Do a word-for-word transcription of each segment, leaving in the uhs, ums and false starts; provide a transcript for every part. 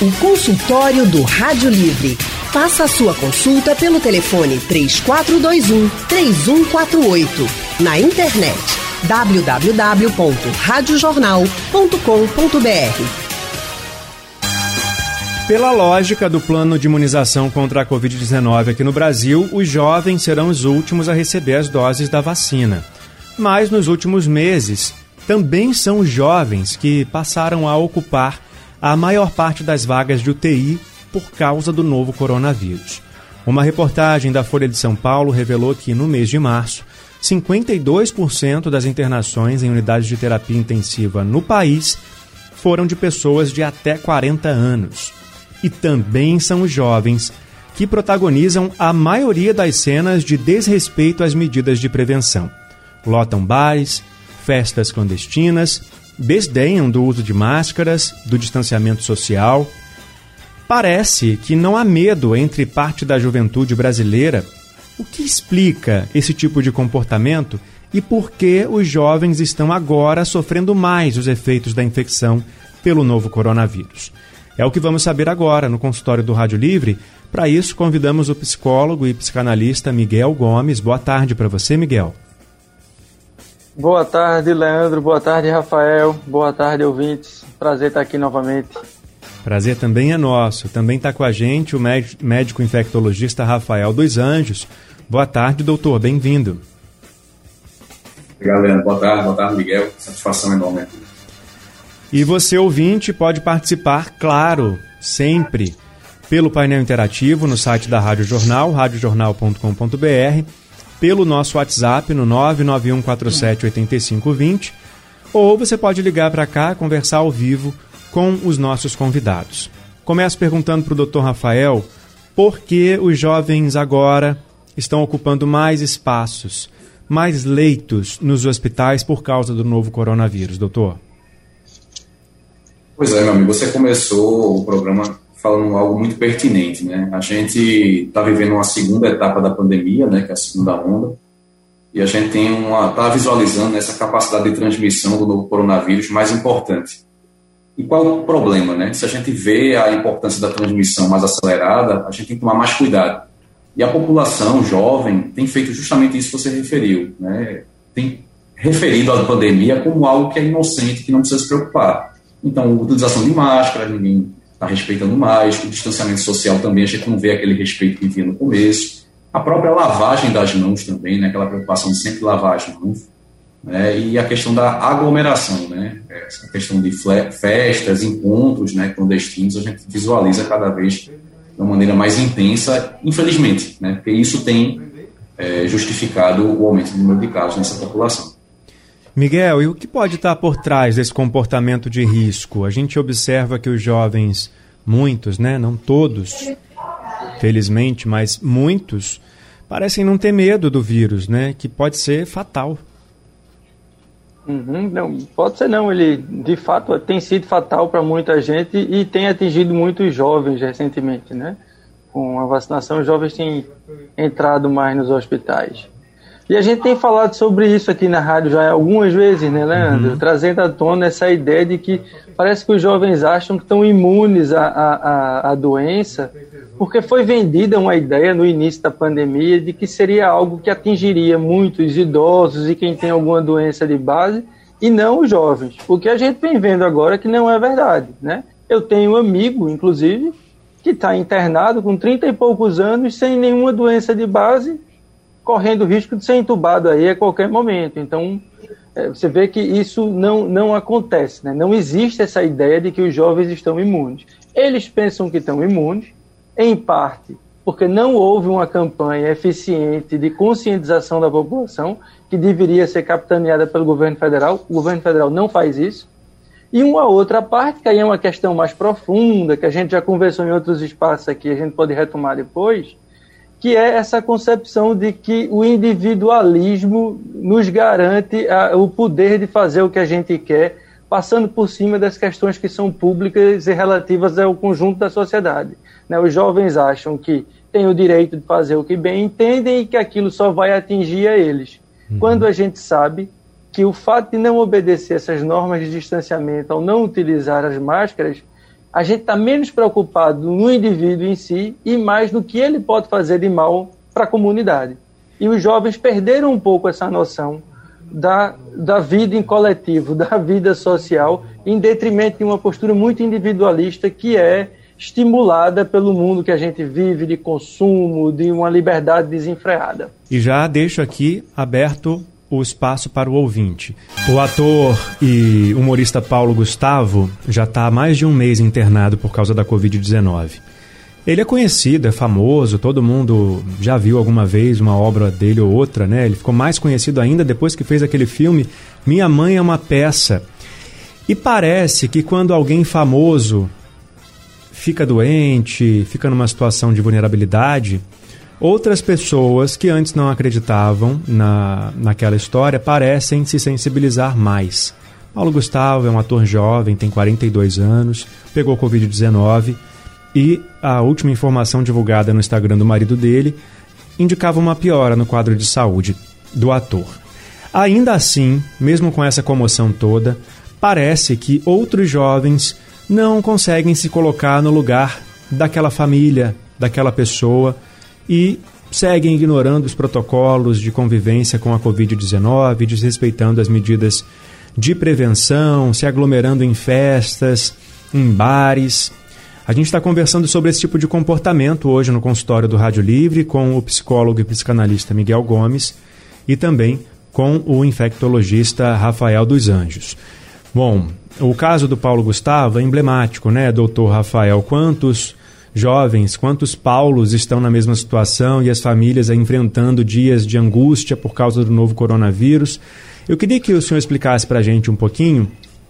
O consultório do Rádio Livre. Faça a sua consulta pelo telefone três quatro dois um, três um quatro oito. Na internet w w w ponto rádio jornal ponto com ponto b r. Pela lógica do plano de imunização contra a covid dezenove aqui no Brasil, os jovens serão os últimos a receber as doses da vacina. Mas nos últimos meses, também são os jovens que passaram a ocupar a maior parte das vagas de U T I por causa do novo coronavírus. Uma reportagem da Folha de São Paulo revelou que, no mês de março, cinquenta e dois por cento das internações em unidades de terapia intensiva no país foram de pessoas de até quarenta anos. E também são os jovens que protagonizam a maioria das cenas de desrespeito às medidas de prevenção. Lotam bares, festas clandestinas, desdenham do uso de máscaras, do distanciamento social. Parece que não há medo entre parte da juventude brasileira. O que explica esse tipo de comportamento e por que os jovens estão agora sofrendo mais os efeitos da infecção pelo novo coronavírus? É o que vamos saber agora no consultório do Rádio Livre. Para isso, convidamos o psicólogo e psicanalista Miguel Gomes. Boa tarde para você, Miguel. Boa tarde, Leandro. Boa tarde, Rafael. Boa tarde, ouvintes. Prazer estar aqui novamente. Prazer também é nosso. Também está com a gente o médico infectologista Rafael dos Anjos. Boa tarde, doutor. Bem-vindo. Obrigado, Leandro. Boa tarde. Boa tarde, Miguel. Satisfação enorme aqui. E você, ouvinte, pode participar, claro, sempre, pelo painel interativo no site da Rádio Jornal, rádio jornal ponto com ponto b r, pelo nosso WhatsApp no nove nove um quatro sete oito cinco dois zero, ou você pode ligar para cá, conversar ao vivo com os nossos convidados. Começo perguntando para o doutor Rafael por que os jovens agora estão ocupando mais espaços, mais leitos nos hospitais por causa do novo coronavírus, doutor. Pois é, meu amigo, você começou o programa falando algo muito pertinente, né? A gente está vivendo uma segunda etapa da pandemia, né, que é a segunda onda, e a gente tem uma, está visualizando essa capacidade de transmissão do novo coronavírus mais importante. E qual é o problema, né? Se a gente vê a importância da transmissão mais acelerada, a gente tem que tomar mais cuidado. E a população jovem tem feito justamente isso que você referiu, né? Tem referido a pandemia como algo que é inocente, que não precisa se preocupar. Então, a utilização de máscara, ninguém está respeitando mais, o distanciamento social também, a gente não vê aquele respeito que vinha no começo, a própria lavagem das mãos também, né, aquela preocupação de sempre lavar as mãos, né, e a questão da aglomeração, né, essa questão de festas, encontros, né, clandestinos, a gente visualiza cada vez de uma maneira mais intensa, infelizmente, né, porque isso tem é, justificado o aumento do número de casos nessa população. Miguel, e o que pode estar por trás desse comportamento de risco? A gente observa que os jovens, muitos, né, não todos, felizmente, mas muitos, parecem não ter medo do vírus, né, que pode ser fatal. Uhum, não, pode ser não, ele de fato tem sido fatal para muita gente e tem atingido muitos jovens recentemente, né? Com a vacinação, os jovens têm entrado mais nos hospitais. E a gente tem falado sobre isso aqui na rádio já algumas vezes, né, Leandro? Uhum. Trazendo à tona essa ideia de que parece que os jovens acham que estão imunes à, à, à doença, porque foi vendida uma ideia no início da pandemia de que seria algo que atingiria muitos idosos e quem tem alguma doença de base, e não os jovens. O que a gente vem vendo agora é que não é verdade, né? Eu tenho um amigo, inclusive, que está internado com trinta e poucos anos, sem nenhuma doença de base, correndo o risco de ser entubado aí a qualquer momento. Então, é, você vê que isso não, não acontece, né? Não existe essa ideia de que os jovens estão imunes. Eles pensam que estão imunes, em parte porque não houve uma campanha eficiente de conscientização da população, que deveria ser capitaneada pelo governo federal. O governo federal não faz isso. E uma outra parte, que aí é uma questão mais profunda, que a gente já conversou em outros espaços aqui, a gente pode retomar depois, que é essa concepção de que o individualismo nos garante a, o poder de fazer o que a gente quer, passando por cima das questões que são públicas e relativas ao conjunto da sociedade. Né? Os jovens acham que têm o direito de fazer o que bem entendem e que aquilo só vai atingir a eles. Uhum. Quando a gente sabe que o fato de não obedecer essas normas de distanciamento, ao não utilizar as máscaras, a gente está menos preocupado no indivíduo em si e mais no que ele pode fazer de mal para a comunidade. E os jovens perderam um pouco essa noção da, da vida em coletivo, da vida social, em detrimento de uma postura muito individualista que é estimulada pelo mundo que a gente vive, de consumo, de uma liberdade desenfreada. E já deixo aqui aberto o espaço para o ouvinte. O ator e humorista Paulo Gustavo já está há mais de um mês internado por causa da covid dezenove. Ele é conhecido, é famoso, todo mundo já viu alguma vez uma obra dele ou outra, né? Ele ficou mais conhecido ainda depois que fez aquele filme Minha Mãe é uma Peça. E parece que quando alguém famoso fica doente, fica numa situação de vulnerabilidade, outras pessoas que antes não acreditavam na, naquela história parecem se sensibilizar mais. Paulo Gustavo é um ator jovem, tem quarenta e dois anos, pegou covid dezenove e a última informação divulgada no Instagram do marido dele indicava uma piora no quadro de saúde do ator. Ainda assim, mesmo com essa comoção toda, parece que outros jovens não conseguem se colocar no lugar daquela família, daquela pessoa e seguem ignorando os protocolos de convivência com a covid dezenove, desrespeitando as medidas de prevenção, se aglomerando em festas, em bares. A gente está conversando sobre esse tipo de comportamento hoje no consultório do Rádio Livre com o psicólogo e psicanalista Miguel Gomes e também com o infectologista Rafael dos Anjos. Bom, o caso do Paulo Gustavo é emblemático, né, doutor Rafael? Quantos jovens, quantos Paulos estão na mesma situação e as famílias enfrentando dias de angústia por causa do novo coronavírus? Eu queria que o senhor explicasse para a gente um pouquinho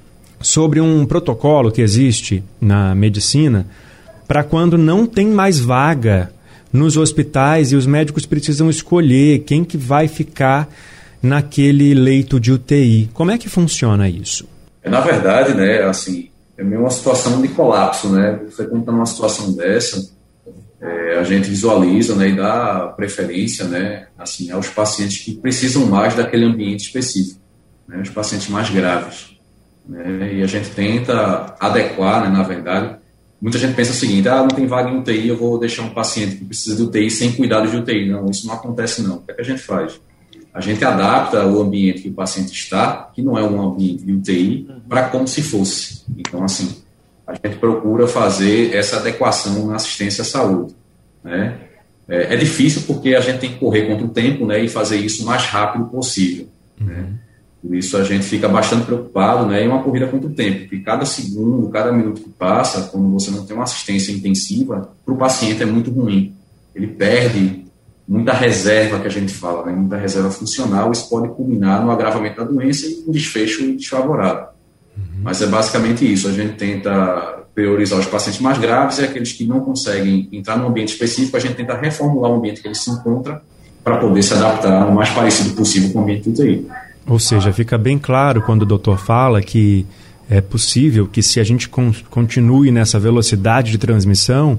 sobre um protocolo que existe na medicina para quando não tem mais vaga nos hospitais e os médicos precisam escolher quem que vai ficar naquele leito de U T I. Como é que funciona isso? Na verdade, né, assim, é meio uma situação de colapso, né? Você quando está numa situação dessa, é, a gente visualiza, né, e dá preferência, né, assim, aos pacientes que precisam mais daquele ambiente específico, né, os pacientes mais graves. Né, e a gente tenta adequar, né, na verdade, muita gente pensa o seguinte, ah, não tem vaga em U T I, eu vou deixar um paciente que precisa de U T I sem cuidado de U T I. Não, isso não acontece não. O que é que a gente faz? A gente adapta o ambiente que o paciente está, que não é um ambiente de U T I, para como se fosse. Então, assim, a gente procura fazer essa adequação na assistência à saúde. Né? É, é difícil porque a gente tem que correr contra o tempo, né, e fazer isso o mais rápido possível. Uhum. Né? Por isso a gente fica bastante preocupado, né, em uma corrida contra o tempo, porque cada segundo, cada minuto que passa, quando você não tem uma assistência intensiva, para o paciente é muito ruim. Ele perde muita reserva, que a gente fala, né, muita reserva funcional, isso pode culminar no agravamento da doença e um desfecho desfavorável. Uhum. Mas é basicamente isso, a gente tenta priorizar os pacientes mais graves e aqueles que não conseguem entrar num ambiente específico, a gente tenta reformular o ambiente que ele se encontra para poder se adaptar o mais parecido possível com o ambiente do U T I. Ou seja, fica bem claro quando o doutor fala que é possível que se a gente con- continue nessa velocidade de transmissão,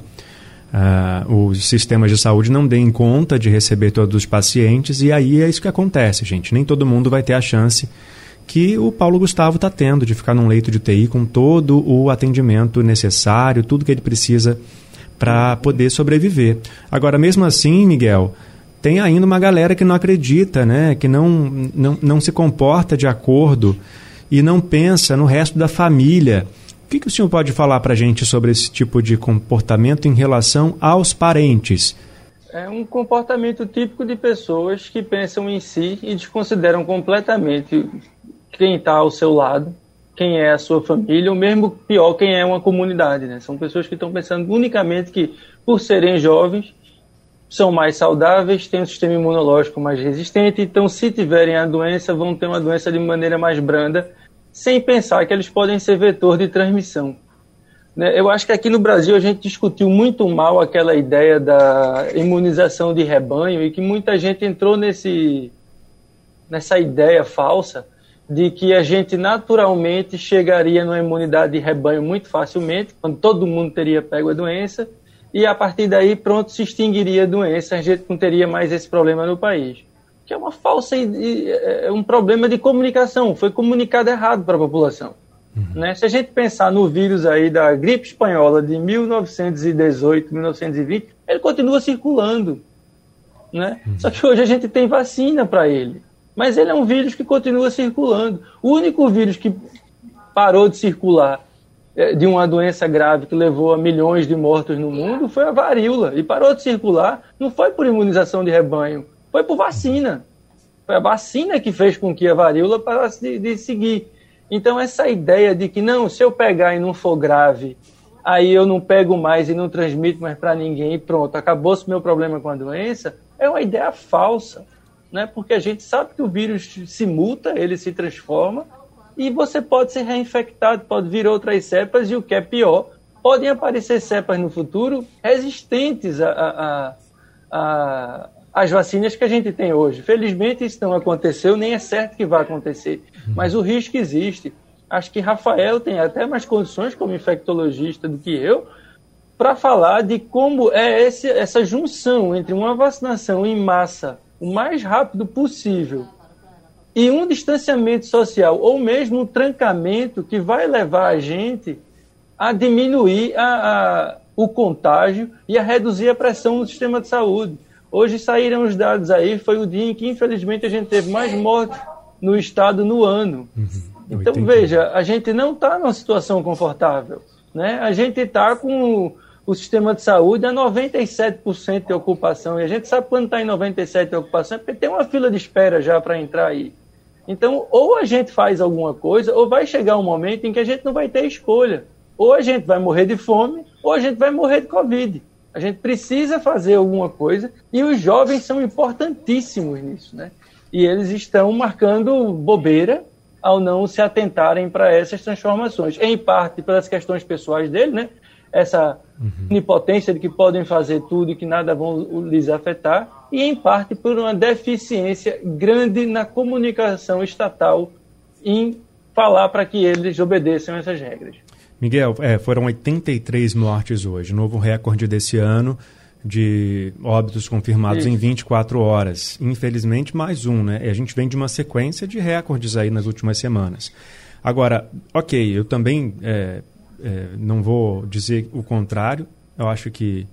uh, os sistemas de saúde não deem conta de receber todos os pacientes e aí é isso que acontece, gente. Nem todo mundo vai ter a chance que o Paulo Gustavo está tendo de ficar num leito de U T I com todo o atendimento necessário, tudo que ele precisa para poder sobreviver. Agora, mesmo assim, Miguel, tem ainda uma galera que não acredita, né? Que não, não, não se comporta de acordo e não pensa no resto da família. O que, que o senhor pode falar para a gente sobre esse tipo de comportamento em relação aos parentes? É um comportamento típico de pessoas que pensam em si e desconsideram completamente quem está ao seu lado, quem é a sua família, ou mesmo pior, quem é uma comunidade. Né? São pessoas que estão pensando unicamente que, por serem jovens, são mais saudáveis, têm um sistema imunológico mais resistente, então se tiverem a doença, vão ter uma doença de maneira mais branda, sem pensar que eles podem ser vetor de transmissão. Né? Eu acho que aqui no Brasil a gente discutiu muito mal aquela ideia da imunização de rebanho e que muita gente entrou nesse, nessa ideia falsa de que a gente naturalmente chegaria numa imunidade de rebanho muito facilmente, quando todo mundo teria pego a doença, e a partir daí, pronto, se extinguiria a doença, a gente não teria mais esse problema no país. Que é uma falsa, é um problema de comunicação, foi comunicado errado para a população. Uhum. Né? Se a gente pensar no vírus aí da gripe espanhola de mil novecentos e dezoito, mil novecentos e vinte, ele continua circulando. Né? Uhum. Só que hoje a gente tem vacina para ele. Mas ele é um vírus que continua circulando. O único vírus que parou de circular de uma doença grave que levou a milhões de mortos no mundo foi a varíola. E parou de circular não foi por imunização de rebanho, foi por vacina. Foi a vacina que fez com que a varíola parasse de, de seguir. Então essa ideia de que não, se eu pegar e não for grave, aí eu não pego mais e não transmito mais para ninguém e pronto, acabou-se meu problema com a doença, é uma ideia falsa. Né? Porque a gente sabe que o vírus se muta, ele se transforma, e você pode ser reinfectado, pode vir outras cepas, e o que é pior, podem aparecer cepas no futuro resistentes a, a, a, às vacinas que a gente tem hoje. Felizmente isso não aconteceu, nem é certo que vai acontecer, mas o risco existe. Acho que Rafael tem até mais condições como infectologista do que eu, para falar de como é esse, essa junção entre uma vacinação em massa o mais rápido possível e um distanciamento social, ou mesmo um trancamento que vai levar a gente a diminuir a, a, o contágio e a reduzir a pressão no sistema de saúde. Hoje saíram os dados aí, foi o dia em que, infelizmente, a gente teve mais mortes no estado no ano. Uhum. Então, veja, a gente não está numa situação confortável. Né? A gente está com o sistema de saúde a noventa e sete por cento de ocupação. E a gente sabe quando está em noventa e sete por cento de ocupação, é porque tem uma fila de espera já para entrar aí. Então, ou a gente faz alguma coisa, ou vai chegar um momento em que a gente não vai ter escolha. Ou a gente vai morrer de fome, ou a gente vai morrer de Covid. A gente precisa fazer alguma coisa, e os jovens são importantíssimos nisso, né? E eles estão marcando bobeira ao não se atentarem para essas transformações. Em parte pelas questões pessoais dele, né? Essa uhum. onipotência de que podem fazer tudo e que nada vão lhes afetar, e em parte por uma deficiência grande na comunicação estatal em falar para que eles obedeçam essas regras. Miguel, é, foram oitenta e três mortes hoje, novo recorde desse ano de óbitos confirmados Isso. em vinte e quatro horas. Infelizmente, mais um, né? E a gente vem de uma sequência de recordes aí nas últimas semanas. Agora, ok, eu também... É, É, não vou dizer o contrário, eu acho que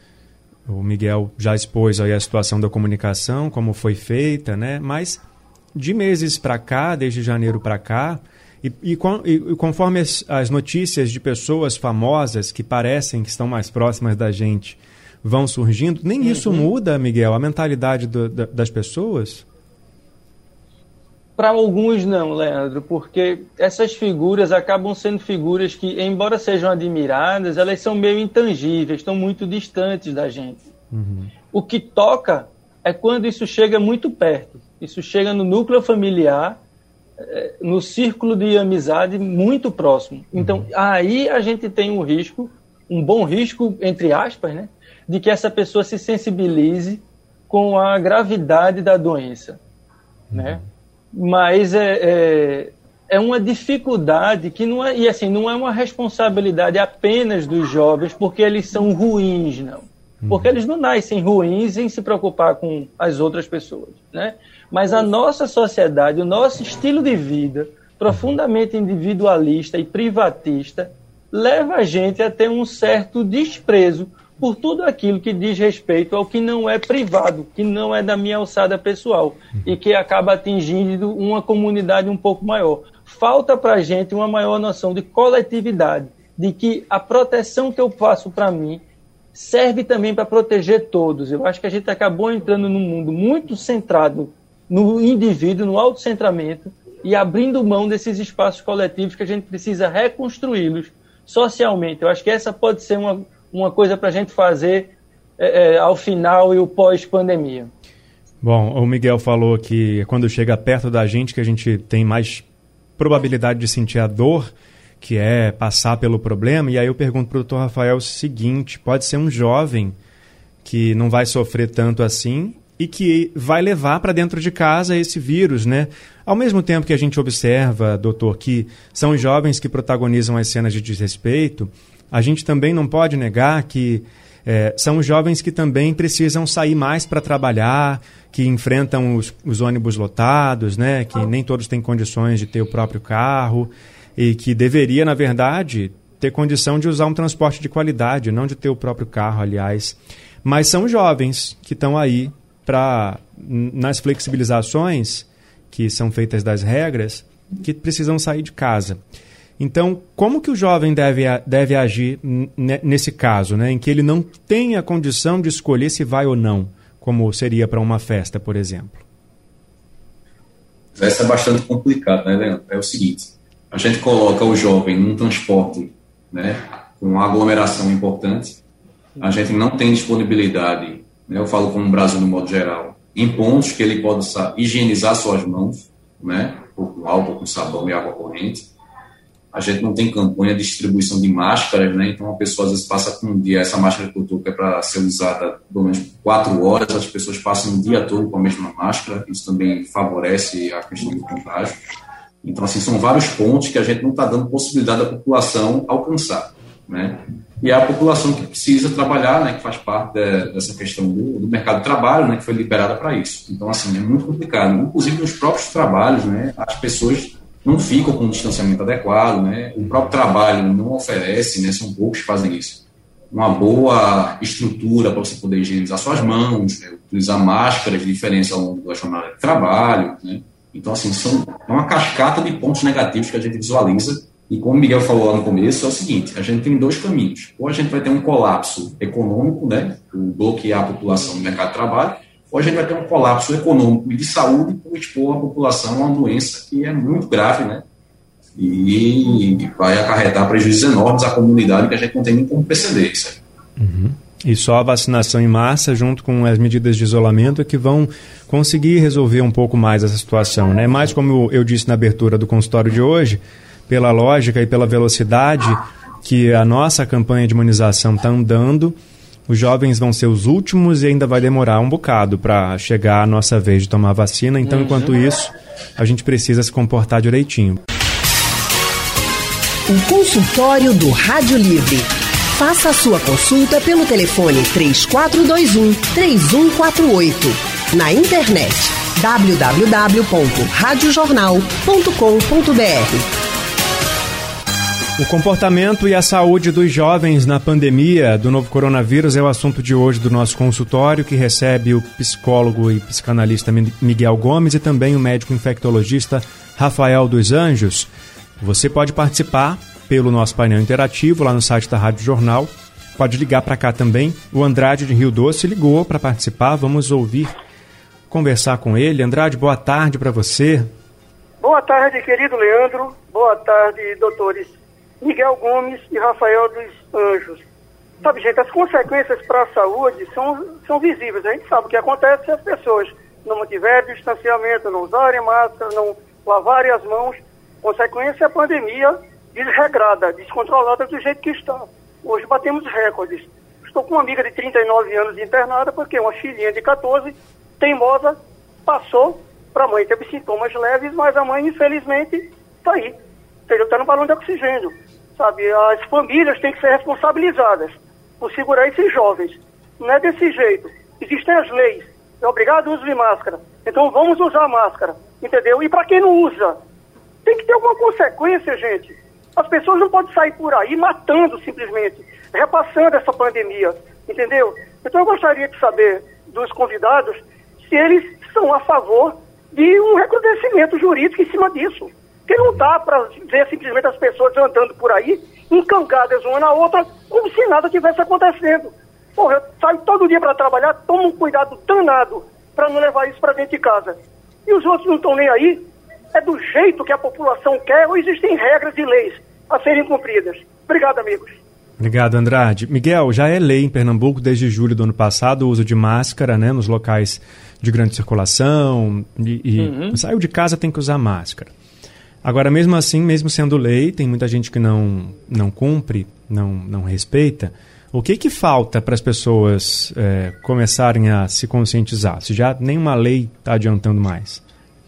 o Miguel já expôs aí a situação da comunicação, como foi feita, né? Mas de meses para cá, desde janeiro para cá, e, e, e conforme as, as notícias de pessoas famosas que parecem que estão mais próximas da gente vão surgindo, nem uhum. isso muda, Miguel, a mentalidade do, da, das pessoas? Para alguns não, Leandro, porque essas figuras acabam sendo figuras que, embora sejam admiradas, elas são meio intangíveis, estão muito distantes da gente. Uhum. O que toca é quando isso chega muito perto. Isso chega no núcleo familiar, no círculo de amizade muito próximo. Então, uhum. aí a gente tem um risco, um bom risco, entre aspas, né, de que essa pessoa se sensibilize com a gravidade da doença, uhum. né? Mas é, é, é uma dificuldade que não é, e assim, não é uma responsabilidade apenas dos jovens porque eles são ruins, não. Porque eles não nascem ruins em se preocupar com as outras pessoas, né? Mas a nossa sociedade, o nosso estilo de vida profundamente individualista e privatista leva a gente a ter um certo desprezo por tudo aquilo que diz respeito ao que não é privado, que não é da minha alçada pessoal e que acaba atingindo uma comunidade um pouco maior. Falta para a gente uma maior noção de coletividade, de que a proteção que eu faço para mim serve também para proteger todos. Eu acho que a gente acabou entrando num mundo muito centrado no indivíduo, no autocentramento, e abrindo mão desses espaços coletivos que a gente precisa reconstruí-los socialmente. Eu acho que essa pode ser uma uma coisa para a gente fazer é, é, ao final e o pós-pandemia. Bom, o Miguel falou que quando chega perto da gente que a gente tem mais probabilidade de sentir a dor, que é passar pelo problema, e aí eu pergunto para o doutor Rafael o seguinte, pode ser um jovem que não vai sofrer tanto assim e que vai levar para dentro de casa esse vírus, né? Ao mesmo tempo que a gente observa, doutor, que são os jovens que protagonizam as cenas de desrespeito, a gente também não pode negar que é, são os jovens que também precisam sair mais para trabalhar, que enfrentam os, os ônibus lotados, né? Que nem todos têm condições de ter o próprio carro. e que deveria, na verdade, ter condição de usar um transporte de qualidade, não de ter o próprio carro, aliás. Mas são jovens que estão aí para, nas flexibilizações que são feitas das regras, que precisam sair de casa. Então, como que o jovem deve, deve agir nesse caso, né, em que ele não tem a condição de escolher se vai ou não, como seria para uma festa, por exemplo? Essa é bastante complicado, né, Leandro? É o seguinte, a gente coloca o jovem num transporte, né, com uma aglomeração importante, a gente não tem disponibilidade, né, eu falo como o Brasil no modo geral, em pontos que ele possa higienizar suas mãos, né, com álcool, com sabão e água corrente. A gente não tem campanha de distribuição de máscaras, né? Então a pessoa às vezes passa por um dia, essa máscara que eu estou, que é para ser usada pelo menos quatro horas, as pessoas passam o dia todo com a mesma máscara, isso também favorece a questão do contágio. Então, assim, são vários pontos que a gente não está dando possibilidade da população alcançar, né? E é a população que precisa trabalhar, né, que faz parte de, dessa questão do, do mercado de trabalho, né, que foi liberada para isso. Então, assim, é muito complicado. Inclusive, nos próprios trabalhos, né, as pessoas não ficam com um distanciamento adequado, né? O próprio trabalho não oferece, né? São poucos que fazem isso, uma boa estrutura para você poder higienizar suas mãos, né? Utilizar máscaras de diferença ao longo da jornada de trabalho, né? Então, assim, são, é uma cascata de pontos negativos que a gente visualiza, e como o Miguel falou lá no começo, é o seguinte, a gente tem dois caminhos. Ou a gente vai ter um colapso econômico, né? Bloquear a população no mercado de trabalho, ou a gente vai ter um colapso econômico e de saúde por expor a população a uma doença que é muito grave, né? E vai acarretar prejuízos enormes à comunidade que a gente não tem nem como perceber isso aí. Uhum. E só a vacinação em massa, junto com as medidas de isolamento, é que vão conseguir resolver um pouco mais essa situação, né? Mas, como eu disse na abertura do consultório de hoje, pela lógica e pela velocidade que a nossa campanha de imunização está andando, os jovens vão ser os últimos e ainda vai demorar um bocado para chegar a nossa vez de tomar vacina. Então, uhum. enquanto isso, a gente precisa se comportar direitinho. O consultório do Rádio Livre. Faça a sua consulta pelo telefone três quatro dois um, três um quatro oito. Na internet w w w ponto rádio jornal ponto com ponto b r. O comportamento e a saúde dos jovens na pandemia do novo coronavírus é o assunto de hoje do nosso consultório, que recebe o psicólogo e psicanalista Miguel Gomes e também o médico infectologista Rafael dos Anjos. Você pode participar pelo nosso painel interativo lá no site da Rádio Jornal. Pode ligar para cá também. O Andrade de Rio Doce ligou para participar. Vamos ouvir, conversar com ele. Andrade, boa tarde para você. Boa tarde, querido Leandro. Boa tarde, doutores Miguel Gomes e Rafael dos Anjos. Sabe, gente, as consequências para a saúde são, são visíveis. A gente sabe o que acontece se as pessoas não mantiverem distanciamento, não usarem máscara, não lavarem as mãos. Consequência é a pandemia desregrada, descontrolada do jeito que está. Hoje batemos recordes. Estou com uma amiga de trinta e nove anos internada porque uma filhinha de catorze, teimosa, passou para a mãe. Teve sintomas leves, mas a mãe, infelizmente, está aí. Entendeu? Está no balão de oxigênio. Sabe, as famílias têm que ser responsabilizadas por segurar esses jovens. Não é desse jeito. Existem as leis. É obrigado o uso de máscara. Então vamos usar máscara. Entendeu? E para quem não usa, tem que ter alguma consequência, gente. As pessoas não podem sair por aí matando simplesmente, repassando essa pandemia. Entendeu? Então eu gostaria de saber dos convidados se eles são a favor de um recrudescimento jurídico em cima disso. Porque não dá para ver simplesmente as pessoas andando por aí, encancadas uma na outra, como se nada tivesse acontecendo. Porra, eu saio todo dia para trabalhar, tomo um cuidado danado para não levar isso para dentro de casa. E os outros não estão nem aí. É do jeito que a população quer ou existem regras e leis a serem cumpridas. Obrigado, amigos. Obrigado, Andrade. Miguel, já é lei em Pernambuco desde julho do ano passado o uso de máscara, né, nos locais de grande circulação. E, e uhum. saiu de casa tem que usar máscara. Agora, mesmo assim, mesmo sendo lei, tem muita gente que não, não cumpre, não, não respeita. O que que falta para as pessoas é, começarem a se conscientizar? Se já nenhuma lei está adiantando mais.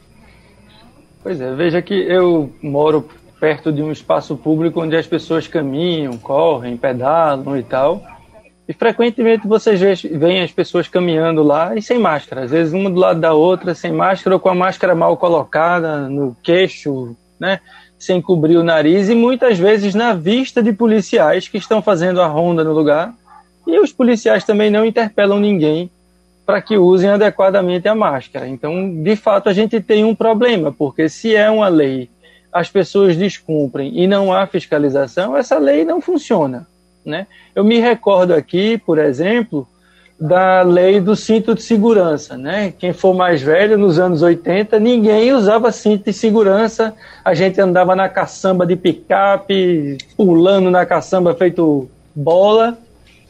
Pois é, veja que eu moro perto de um espaço público onde as pessoas caminham, correm, pedalam e tal. E frequentemente vocês veem as pessoas caminhando lá e sem máscara. Às vezes uma do lado da outra, sem máscara ou com a máscara mal colocada no queixo, né? sem cobrir o nariz e muitas vezes na vista de policiais que estão fazendo a ronda no lugar, e os policiais também não interpelam ninguém para que usem adequadamente a máscara. Então, de fato, a gente tem um problema, porque se é uma lei, as pessoas descumprem e não há fiscalização, essa lei não funciona, né? Eu me recordo aqui, por exemplo, da lei do cinto de segurança, né? Quem for mais velho, nos anos oitenta, ninguém usava cinto de segurança, a gente andava na caçamba de picape, pulando na caçamba feito bola,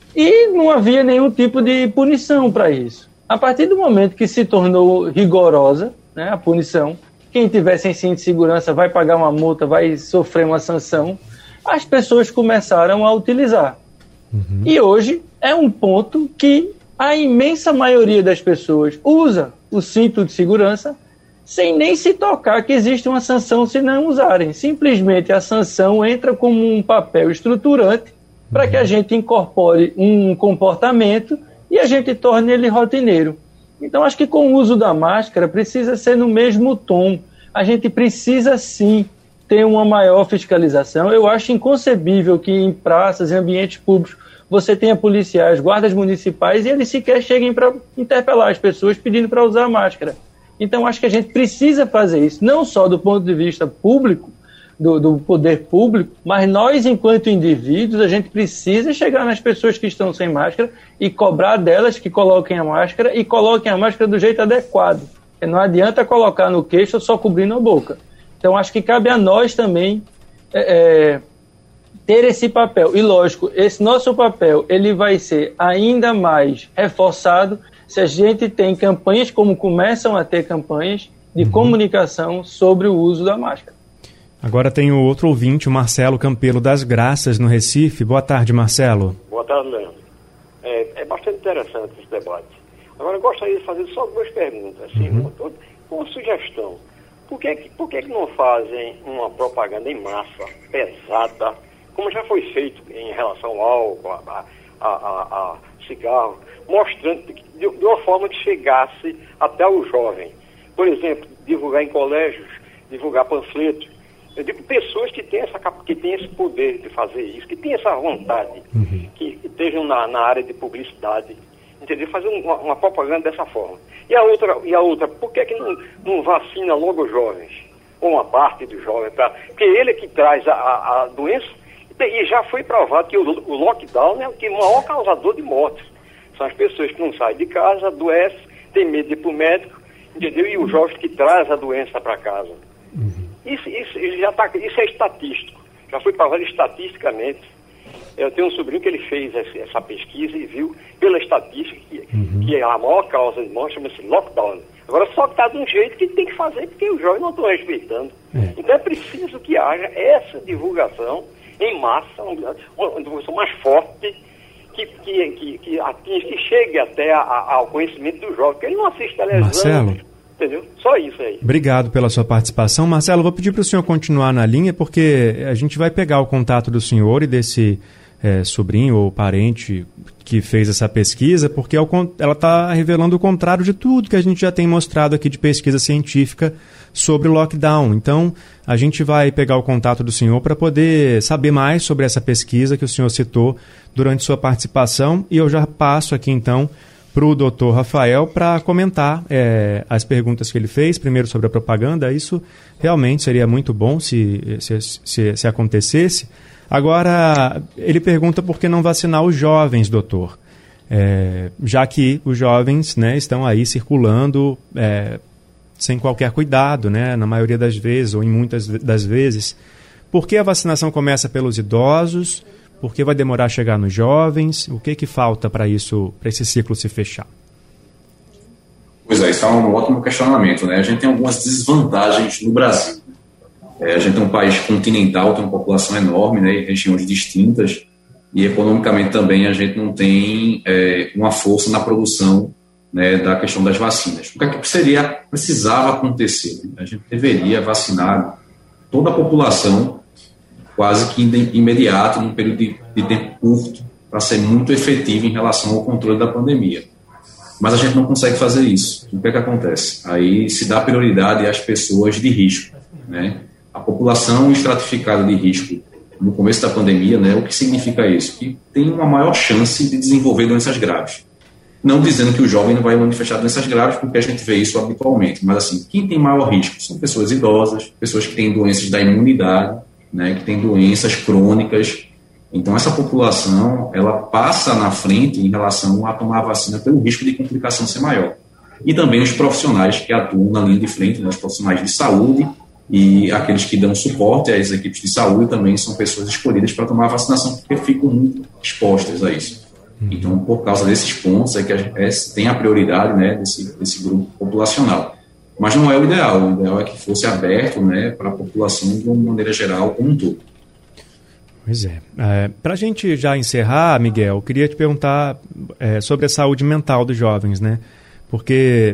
e não havia nenhum tipo de punição para isso. A partir do momento que se tornou rigorosa, né, a punição, quem tiver sem cinto de segurança vai pagar uma multa, vai sofrer uma sanção, as pessoas começaram a utilizar. Uhum. E hoje é um ponto que a imensa maioria das pessoas usa o cinto de segurança sem nem se tocar que existe uma sanção se não usarem. Simplesmente a sanção entra como um papel estruturante para que a gente incorpore um comportamento e a gente torne ele rotineiro. Então, acho que com o uso da máscara precisa ser no mesmo tom. A gente precisa, sim, ter uma maior fiscalização. Eu acho inconcebível que em praças, em ambientes públicos, você tenha policiais, guardas municipais, e eles sequer cheguem para interpelar as pessoas pedindo para usar máscara. Então, acho que a gente precisa fazer isso, não só do ponto de vista público, Do, do poder público, mas nós, enquanto indivíduos, a gente precisa chegar nas pessoas que estão sem máscara e cobrar delas que coloquem a máscara e coloquem a máscara do jeito adequado. Porque não adianta colocar no queixo só cobrindo a boca. Então, acho que cabe a nós também é, é, ter esse papel. E, lógico, esse nosso papel ele vai ser ainda mais reforçado se a gente tem campanhas, como começam a ter campanhas de uhum. comunicação sobre o uso da máscara. Agora tem o outro ouvinte, o Marcelo Campelo das Graças, no Recife. Boa tarde, Marcelo. Boa tarde, Leandro. É, é bastante interessante esse debate. Agora, eu gostaria de fazer só duas perguntas, assim, uhum. com, com uma sugestão. Por que, por que não fazem uma propaganda em massa, pesada, como já foi feito em relação ao álcool, a, a, a, a cigarro, mostrando de, de uma forma que chegasse até o jovem? Por exemplo, divulgar em colégios, divulgar panfletos. Eu digo pessoas que têm, essa, que têm esse poder de fazer isso, que têm essa vontade, uhum. que estejam na, na área de publicidade, entendeu? Fazer uma, uma propaganda dessa forma. E a outra, e a outra por que, que não, não vacina logo os jovens? Ou uma parte dos jovens? Pra, porque ele é que traz a, a, a doença, e já foi provado que o, o lockdown é o maior causador de mortes. São as pessoas que não saem de casa, adoecem, têm medo de ir para o médico, entendeu? E os jovens que trazem a doença para casa. Uhum. Isso, isso, ele já tá, isso é estatístico, já foi provado estatisticamente. Eu tenho um sobrinho que ele fez essa, essa pesquisa e viu pela estatística que, uhum. que a maior causa de morte chama-se lockdown. Agora só que está de um jeito que tem que fazer porque os jovens não estão respeitando. É. Então é preciso que haja essa divulgação em massa, uma divulgação mais forte, que, que, que, que, atinge, que chegue até a, a, ao conhecimento do jovem, porque ele não assiste televisão. Marcelo? Entendeu? Só isso aí. Obrigado pela sua participação. Marcelo, vou pedir para o senhor continuar na linha, porque a gente vai pegar o contato do senhor e desse é, sobrinho ou parente que fez essa pesquisa, porque ela está revelando o contrário de tudo que a gente já tem mostrado aqui de pesquisa científica sobre o lockdown. Então, a gente vai pegar o contato do senhor para poder saber mais sobre essa pesquisa que o senhor citou durante sua participação, e eu já passo aqui, então, para o doutor Rafael para comentar é, as perguntas que ele fez, primeiro sobre a propaganda. Isso realmente seria muito bom se, se, se, se acontecesse. Agora, ele pergunta por que não vacinar os jovens, doutor, é, já que os jovens, né, estão aí circulando é, sem qualquer cuidado, né, na maioria das vezes ou em muitas das vezes. Por que a vacinação começa pelos idosos? Por que vai demorar a chegar nos jovens? O que que falta para isso, para esse ciclo se fechar? Pois é, isso é um ótimo questionamento, né? A gente tem algumas desvantagens no Brasil. É, a gente é um país continental, tem uma população enorme, né, em regiões distintas, e economicamente também a gente não tem é, uma força na produção, né, da questão das vacinas. O que, é que seria, precisava acontecer? Né? A gente deveria vacinar toda a população quase que imediato, num período de, de tempo curto, para ser muito efetivo em relação ao controle da pandemia. Mas a gente não consegue fazer isso. O que é que acontece? Aí se dá prioridade às pessoas de risco, né? a população estratificada de risco no começo da pandemia, né, o que significa isso? Que tem uma maior chance de desenvolver doenças graves. Não dizendo que o jovem não vai manifestar doenças graves, porque a gente vê isso habitualmente, mas assim, quem tem maior risco são pessoas idosas, pessoas que têm doenças da imunidade, né, que têm doenças crônicas. Então essa população, ela passa na frente em relação a tomar a vacina pelo risco de complicação ser maior. E também os profissionais que atuam na linha de frente, né, os profissionais de saúde e aqueles que dão suporte às equipes de saúde também são pessoas escolhidas para tomar a vacinação, porque ficam muito expostas a isso. Então, por causa desses pontos, é que a gente tem a prioridade, né, desse, desse grupo populacional. Mas não é o ideal. O ideal é que fosse aberto, né, para a população de uma maneira geral, como um todo. Pois é. é para a gente já encerrar, Miguel, eu queria te perguntar é, sobre a saúde mental dos jovens, né? Porque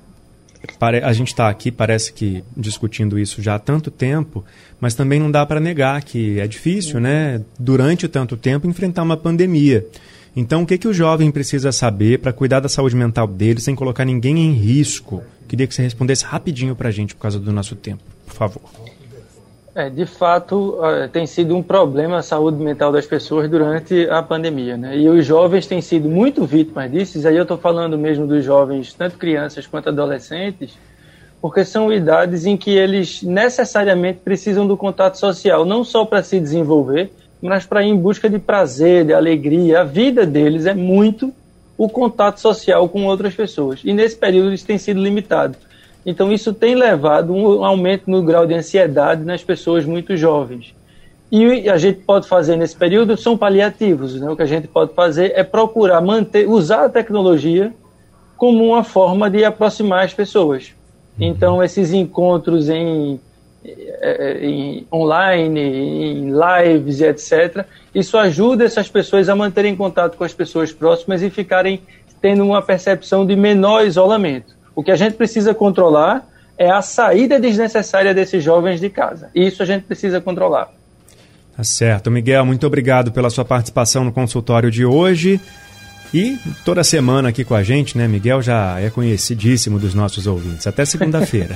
a gente está aqui, parece que, discutindo isso já há tanto tempo, mas também não dá para negar que é difícil, né, durante tanto tempo, enfrentar uma pandemia. Então, o que, que o jovem precisa saber para cuidar da saúde mental dele sem colocar ninguém em risco? Queria que você respondesse rapidinho para a gente, por causa do nosso tempo, por favor. É, de fato, tem sido um problema a saúde mental das pessoas durante a pandemia, né? E os jovens têm sido muito vítimas disso, aí eu estou falando mesmo dos jovens, tanto crianças quanto adolescentes, porque são idades em que eles necessariamente precisam do contato social, não só para se desenvolver, mas para ir em busca de prazer, de alegria. A vida deles é muito o contato social com outras pessoas. E nesse período isso tem sido limitado. Então isso tem levado um aumento no grau de ansiedade nas pessoas muito jovens. E a gente pode fazer nesse período são paliativos, né? O que a gente pode fazer é procurar manter, usar a tecnologia como uma forma de aproximar as pessoas. Então esses encontros em Em, online, em lives e etcétera. Isso ajuda essas pessoas a manterem contato com as pessoas próximas e ficarem tendo uma percepção de menor isolamento. O que a gente precisa controlar é a saída desnecessária desses jovens de casa. Isso a gente precisa controlar. Tá certo. Miguel, muito obrigado pela sua participação no consultório de hoje. E toda semana aqui com a gente, né? Miguel já é conhecidíssimo dos nossos ouvintes. Até segunda-feira.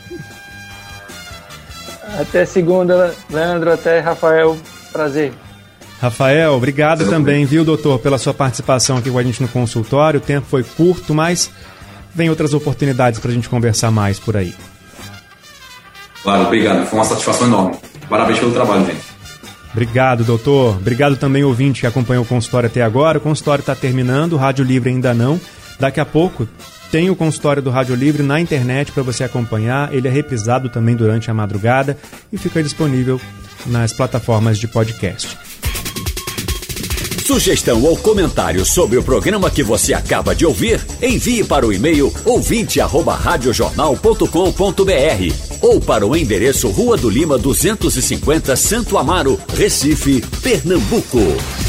Até segunda, Leandro, até Rafael, prazer. Rafael, obrigado Eu também, viu, doutor, pela sua participação aqui com a gente no consultório. O tempo foi curto, mas vem outras oportunidades para a gente conversar mais por aí. Claro, obrigado, foi uma satisfação enorme. Parabéns pelo trabalho, gente. Obrigado, doutor. Obrigado também, ouvinte, que acompanhou o consultório até agora. O consultório está terminando, o Rádio Livre ainda não. Daqui a pouco tem o consultório do Rádio Livre na internet para você acompanhar. Ele é reprisado também durante a madrugada e fica disponível nas plataformas de podcast. Sugestão ou comentário sobre o programa que você acaba de ouvir, envie para o e-mail ouvinte arroba radiojornal ponto com ponto br ou para o endereço Rua do Lima duzentos e cinquenta, Santo Amaro, Recife, Pernambuco.